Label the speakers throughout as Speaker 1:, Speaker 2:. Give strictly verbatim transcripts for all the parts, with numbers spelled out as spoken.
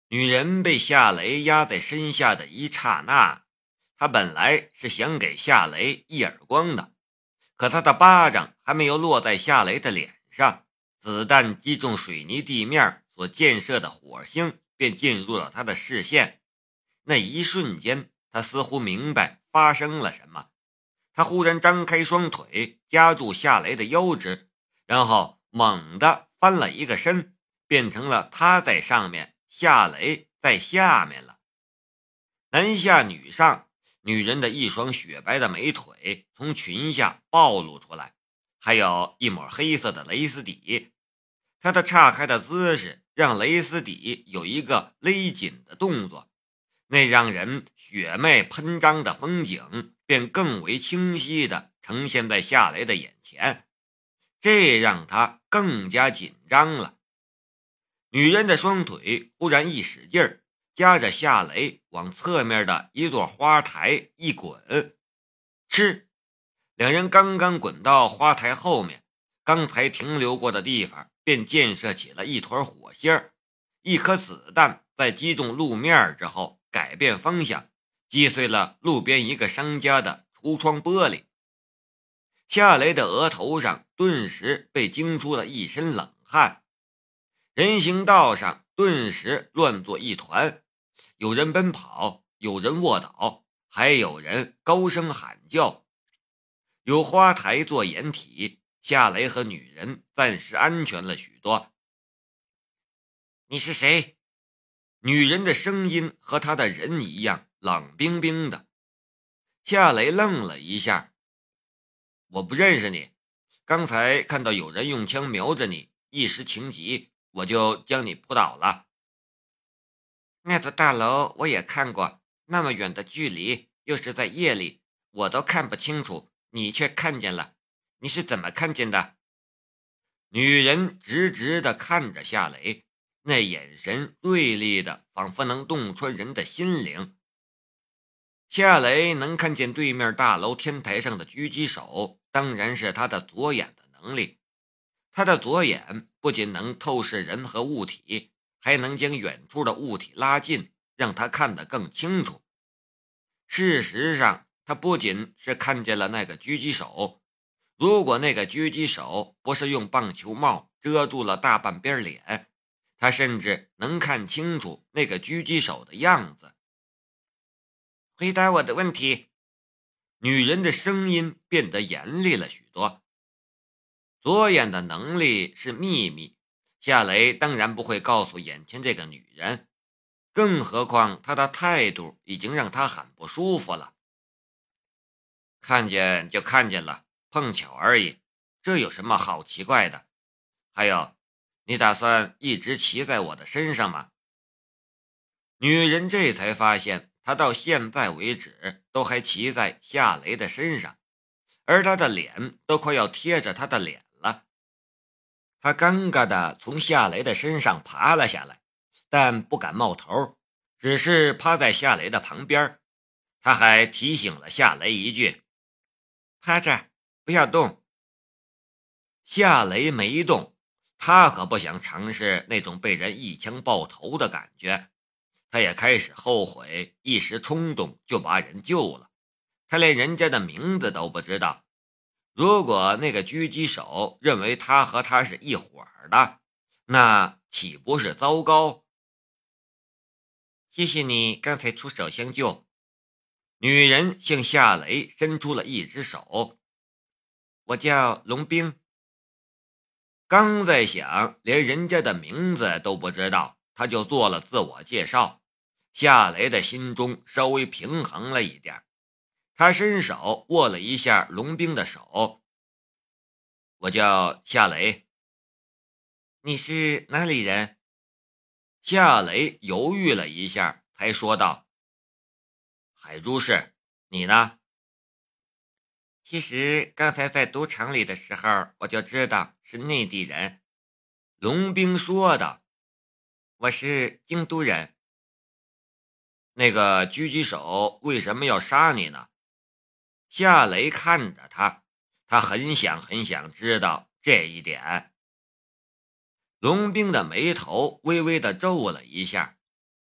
Speaker 1: 女人被夏雷压在身下的一刹那，她本来是想给夏雷一耳光的，可她的巴掌还没有落在夏雷的脸上，子弹击中水泥地面所溅射的火星便进入了他的视线。那一瞬间，他似乎明白发生了什么。他忽然张开双腿夹住夏雷的腰肢，然后猛地翻了一个身，变成了他在上面，夏雷在下面了。男下女上，女人的一双雪白的美腿从裙下暴露出来，还有一抹黑色的蕾丝底。她的岔开的姿势让蕾丝底有一个勒紧的动作，那让人血脉喷张的风景便更为清晰地呈现在夏雷的眼前，这让他更加紧张了。女人的双腿忽然一使劲儿，夹着夏雷往侧面的一座花台一滚，吃！两人刚刚滚到花台后面，刚才停留过的地方便溅射起了一团火星儿，一颗子弹在击中路面之后改变方向，击碎了路边一个商家的橱窗玻璃。夏雷的额头上顿时被惊出了一身冷汗，人行道上顿时乱作一团，有人奔跑，有人卧倒，还有人高声喊叫。有花台做掩体，夏雷和女人暂时安全了许多。你是谁？女人的声音和她的人一样冷冰冰的。夏雷愣了一下，我不认识你，刚才看到有人用枪瞄着你，一时情急，我就将你扑倒了。那座大楼我也看过，那么远的距离，又是在夜里，我都看不清楚，你却看见了，你是怎么看见的？女人直直地看着夏雷，那眼神锐利的仿佛能洞穿人的心灵。夏雷能看见对面大楼天台上的狙击手，当然是他的左眼的能力。他的左眼不仅能透视人和物体，还能将远处的物体拉近，让他看得更清楚。事实上，他不仅是看见了那个狙击手，如果那个狙击手不是用棒球帽遮住了大半边脸，他甚至能看清楚那个狙击手的样子。回答我的问题。女人的声音变得严厉了许多。左眼的能力是秘密，夏雷当然不会告诉眼前这个女人，更何况她的态度已经让他很不舒服了。看见就看见了，碰巧而已，这有什么好奇怪的？还有，你打算一直骑在我的身上吗？女人这才发现，她到现在为止都还骑在夏雷的身上，而他的脸都快要贴着他的脸了。他尴尬地从夏雷的身上爬了下来，但不敢冒头，只是趴在夏雷的旁边。他还提醒了夏雷一句：趴着，不要动。夏雷没动，他可不想尝试那种被人一枪爆头的感觉。他也开始后悔一时冲动就把人救了，他连人家的名字都不知道。如果那个狙击手认为他和他是一伙儿的，那岂不是糟糕？谢谢你刚才出手相救。女人向夏雷伸出了一只手。我叫龙冰。刚在想连人家的名字都不知道，他就做了自我介绍。夏雷的心中稍微平衡了一点，他伸手握了一下龙冰的手。我叫夏雷。你是哪里人？夏雷犹豫了一下，才说道：海珠市，你呢？其实刚才在赌场里的时候，我就知道是内地人。龙冰说道：我是京都人。那个狙击手为什么要杀你呢？夏雷看着他，他很想很想知道这一点。龙冰的眉头微微的皱了一下。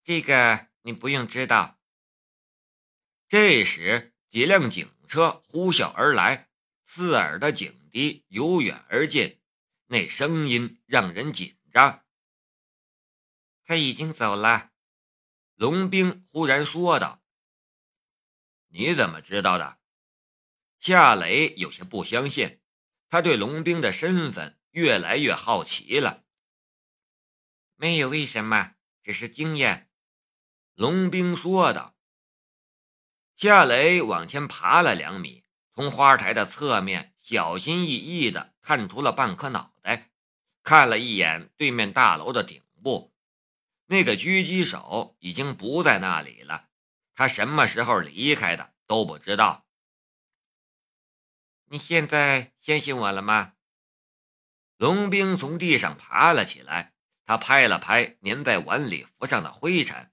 Speaker 2: 这个你不用知道。
Speaker 1: 这时，几辆警车呼啸而来，刺耳的警笛由远而近，那声音让人紧张。
Speaker 2: 他已经走了，
Speaker 1: 龙兵忽然说道。你怎么知道的？夏雷有些不相信，他对龙兵的身份越来越好奇了。
Speaker 2: 没有为什么，只是经验。
Speaker 1: 龙兵说道。夏雷往前爬了两米，从花台的侧面小心翼翼地探出了半颗脑袋，看了一眼对面大楼的顶部。那个狙击手已经不在那里了，他什么时候离开的都不知道。
Speaker 2: 你现在相信我了吗？
Speaker 1: 龙兵从地上爬了起来，他拍了拍粘在碗里浮上的灰尘。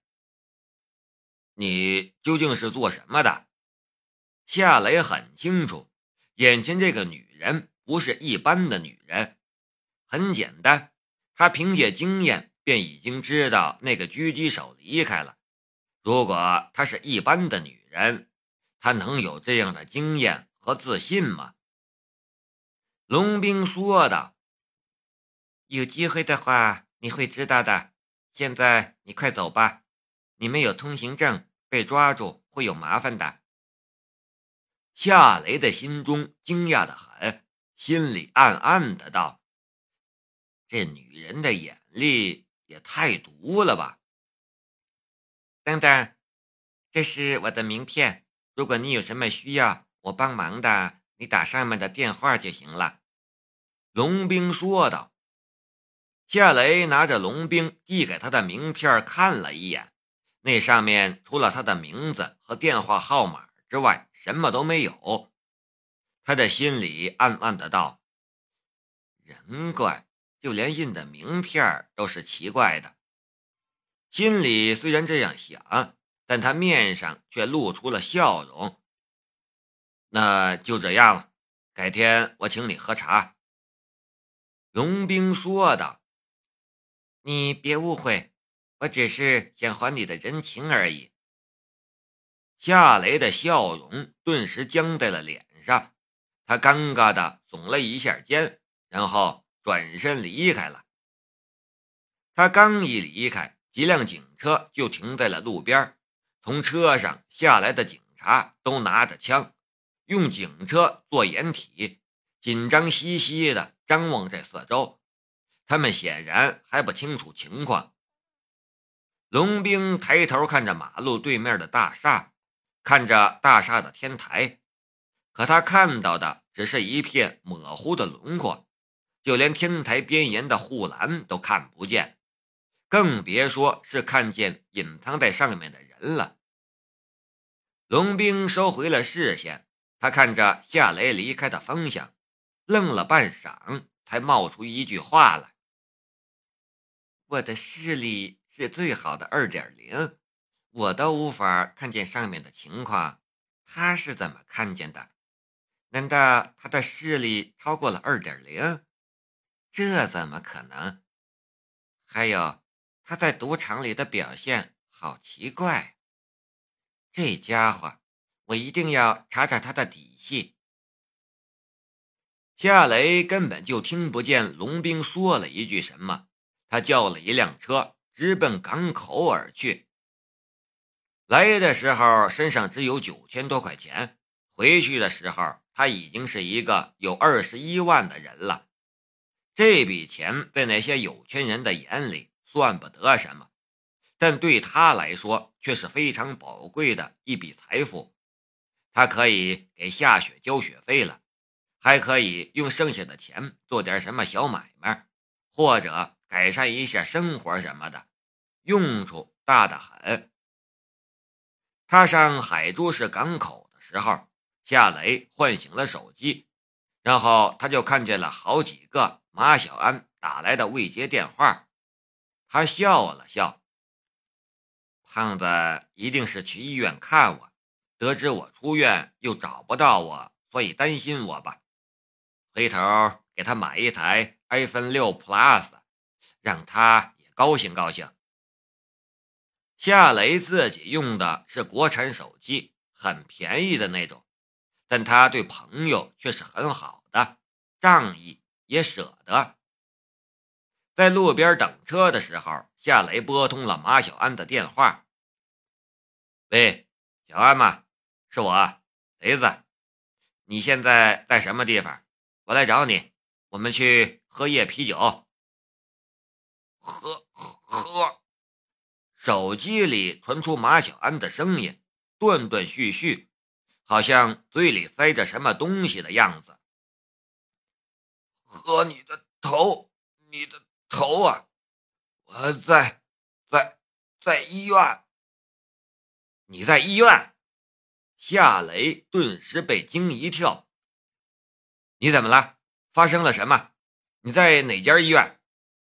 Speaker 1: 你究竟是做什么的？夏雷很清楚，眼前这个女人不是一般的女人。很简单，他凭借经验便已经知道那个狙击手离开了。如果她是一般的女人，她能有这样的经验和自信吗？龙兵说道。
Speaker 2: 有机会的话你会知道的，现在你快走吧，你没有通行证，被抓住会有麻烦的。
Speaker 1: 夏雷的心中惊讶得很，心里暗暗的道：这女人的眼力也太毒了吧。
Speaker 2: 等等，这是我的名片，如果你有什么需要我帮忙的，你打上面的电话就行了。
Speaker 1: 龙兵说道。夏雷拿着龙兵递给他的名片看了一眼，那上面除了他的名字和电话号码之外什么都没有。他的心里暗暗的道：人怪，就连印的名片都是奇怪的。心里虽然这样想，但他面上却露出了笑容。那就这样，改天我请你喝茶。龙兵说道。
Speaker 2: 你别误会，我只是想还你的人情而已。
Speaker 1: 夏雷的笑容顿时僵在了脸上，他尴尬地耸了一下肩，然后转身离开了。他刚一离开，几辆警车就停在了路边，从车上下来的警察都拿着枪，用警车做掩体，紧张兮兮地张望着四周。他们显然还不清楚情况。龙兵抬头看着马路对面的大厦，看着大厦的天台，可他看到的只是一片模糊的轮廓，就连天台边沿的护栏都看不见，更别说是看见隐藏在上面的人了。龙兵收回了视线，他看着夏雷离开的方向，愣了半晌，才冒出一句话来：我的视力是最好的 二点零， 我都无法看见上面的情况，他是怎么看见的？难道他的视力超过了 二点零？ 这怎么可能？还有，他在赌场里的表现好奇怪，这家伙，我一定要查查他的底细。夏雷根本就听不见龙兵说了一句什么，他叫了一辆车，直奔港口而去。来的时候身上只有九千多块钱，回去的时候他已经是一个有二十一万的人了。这笔钱在那些有钱人的眼里算不得什么，但对他来说却是非常宝贵的一笔财富。他可以给夏雪交学费了，还可以用剩下的钱做点什么小买卖，或者改善一下生活什么的，用处大得很。他上海珠市港口的时候，夏雷唤醒了手机，然后他就看见了好几个马小安打来的未接电话。他笑了笑，胖子一定是去医院看我，得知我出院又找不到我，所以担心我吧。回头给他买一台 iPhone 六 Plus， 让他也高兴高兴。 夏雷自己用的是国产手机，很便宜的那种，但他对朋友却是很好的，仗义也舍得。在路边等车的时候，夏雷拨通了马小安的电话。喂，小安吗？是我，雷子。你现在在什么地方？我来找你，我们去喝夜啤酒。
Speaker 2: 喝喝。
Speaker 1: 手机里传出马小安的声音，断断续续，好像嘴里塞着什么东西的样子。
Speaker 2: 喝你的头，你的头啊！我在在在医院。
Speaker 1: 你在医院？夏雷顿时被惊一跳。你怎么了？发生了什么？你在哪家医院？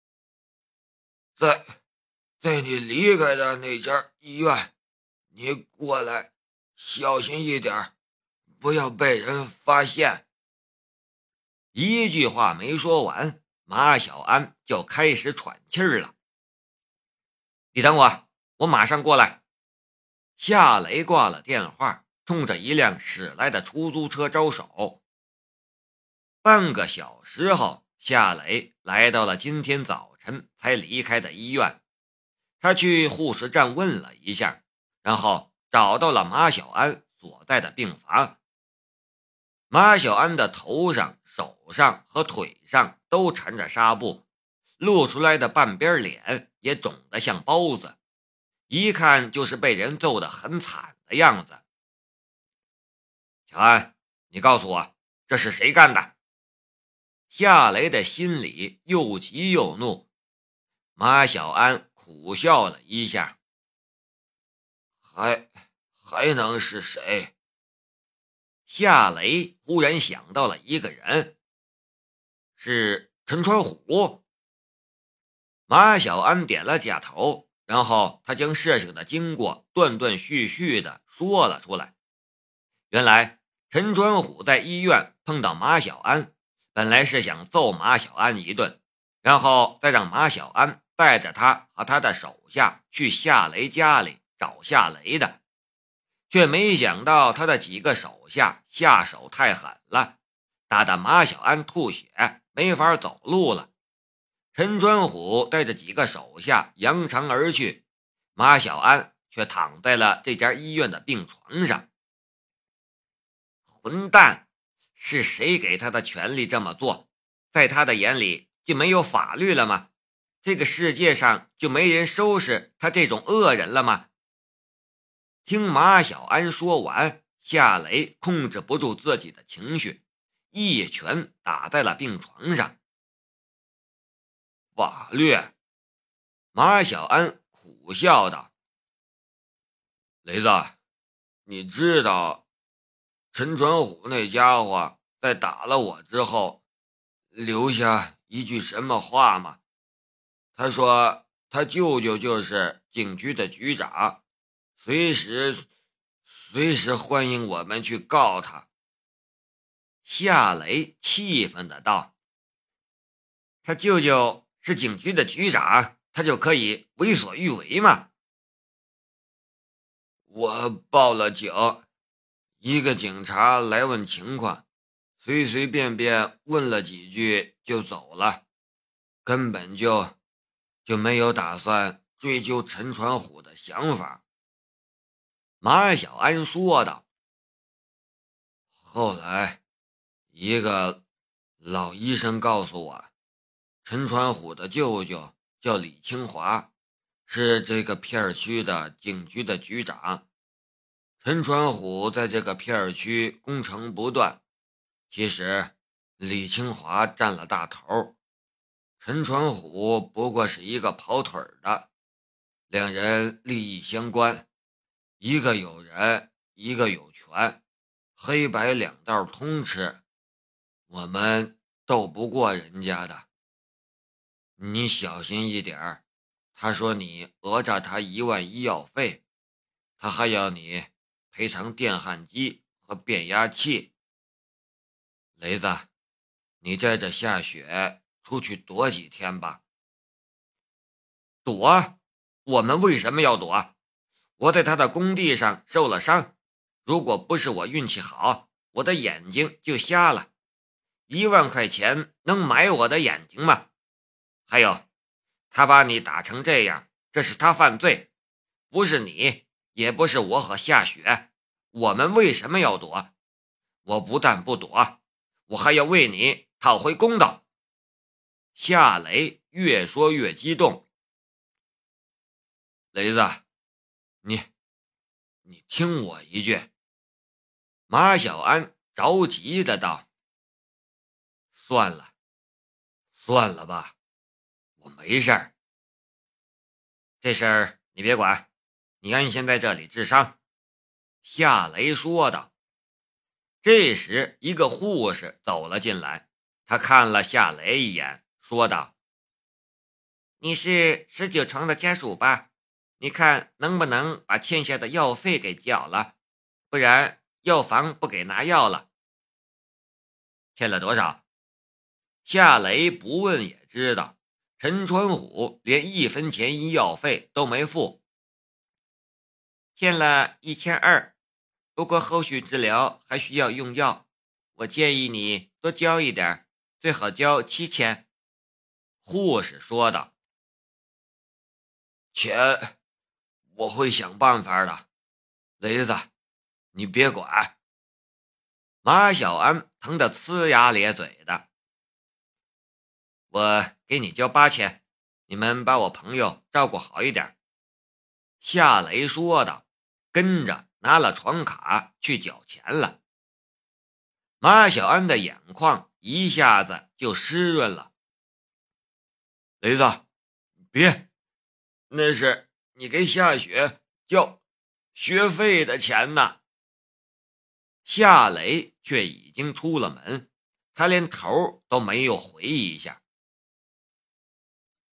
Speaker 2: 在在你离开的那家医院。你过来，小心一点，不要被人发现。
Speaker 1: 一句话没说完，马小安就开始喘气儿了。你等我，我马上过来。夏雷挂了电话，冲着一辆驶来的出租车招手。半个小时后，夏雷来到了今天早晨才离开的医院。他去护士站问了一下，然后找到了马小安所在的病房。马小安的头上、手上和腿上都缠着纱布，露出来的半边脸也肿得像包子，一看就是被人揍得很惨的样子。小安，你告诉我，这是谁干的？夏雷的心里又急又怒。马小安苦笑了一下，
Speaker 2: 还还能是谁？
Speaker 1: 夏雷忽然想到了一个人，是陈川虎。马小安点了点头，然后他将事情的经过断断续续地说了出来。原来陈川虎在医院碰到马小安，本来是想揍马小安一顿，然后再让马小安带着他和他的手下去夏雷家里找夏雷的，却没想到他的几个手下下手太狠了，打得马小安吐血，没法走路了。陈川虎带着几个手下扬长而去，马小安却躺在了这家医院的病床上。混蛋，是谁给他的权利这么做？在他的眼里就没有法律了吗？这个世界上就没人收拾他这种恶人了吗？听马小安说完，夏雷控制不住自己的情绪，一拳打在了病床上。
Speaker 2: 法律？
Speaker 1: 马小安苦笑道。
Speaker 2: 雷子，你知道陈传虎那家伙在打了我之后留下一句什么话吗？他说他舅舅就是警局的局长，随时随时欢迎我们去告他。
Speaker 1: 夏雷气愤的道：他舅舅是警局的局长，他就可以为所欲为吗？
Speaker 2: 我报了警，一个警察来问情况，随随便便问了几句就走了，根本就就没有打算追究陈传虎的想法。
Speaker 1: 马小安说道。
Speaker 2: 后来一个老医生告诉我，陈传虎的舅舅叫李清华，是这个片区的警局的局长。陈传虎在这个片区攻城不断，其实李清华占了大头，陈传虎不过是一个跑腿的，两人利益相关，一个有人，一个有权，黑白两道通吃，我们斗不过人家的。你小心一点，他说你讹诈他一万医药费，他还要你赔偿电焊机和变压器。雷子，你在这下雪出去躲几天吧。
Speaker 1: 躲？我们为什么要躲？ 我在他的工地上受了伤，如果不是我运气好，我的眼睛就瞎了。一万块钱能买我的眼睛吗？还有，他把你打成这样，这是他犯罪，不是你，也不是我和夏雪，我们为什么要躲？我不但不躲，我还要为你讨回公道。夏雷越说越激动。
Speaker 2: 雷子，你你听我一句。
Speaker 1: 马小安着急的道。
Speaker 2: 算了算了吧，我没事儿。
Speaker 1: 这事儿你别管，你安心在这里治伤。夏雷说道。这时一个护士走了进来，他看了夏雷一眼，说道：你是十九床的家属吧？你看能不能把欠下的药费给缴了，不然药房不给拿药了。欠了多少？夏雷不问也知道，陈川虎连一分钱医药费都没付。欠了一千二，不过后续治疗还需要用药，我建议你多交一点，最好交七千。护士说道。
Speaker 2: 钱我会想办法的，雷子，你别管。
Speaker 1: 马小安疼得呲牙咧嘴的。我给你交八千，你们把我朋友照顾好一点。夏雷说道，跟着拿了床卡去缴钱了。马小安的眼眶一下子就湿润了。
Speaker 2: 雷子，别，那是你给夏雪交学费的钱呢。
Speaker 1: 夏雷却已经出了门，他连头都没有回一下。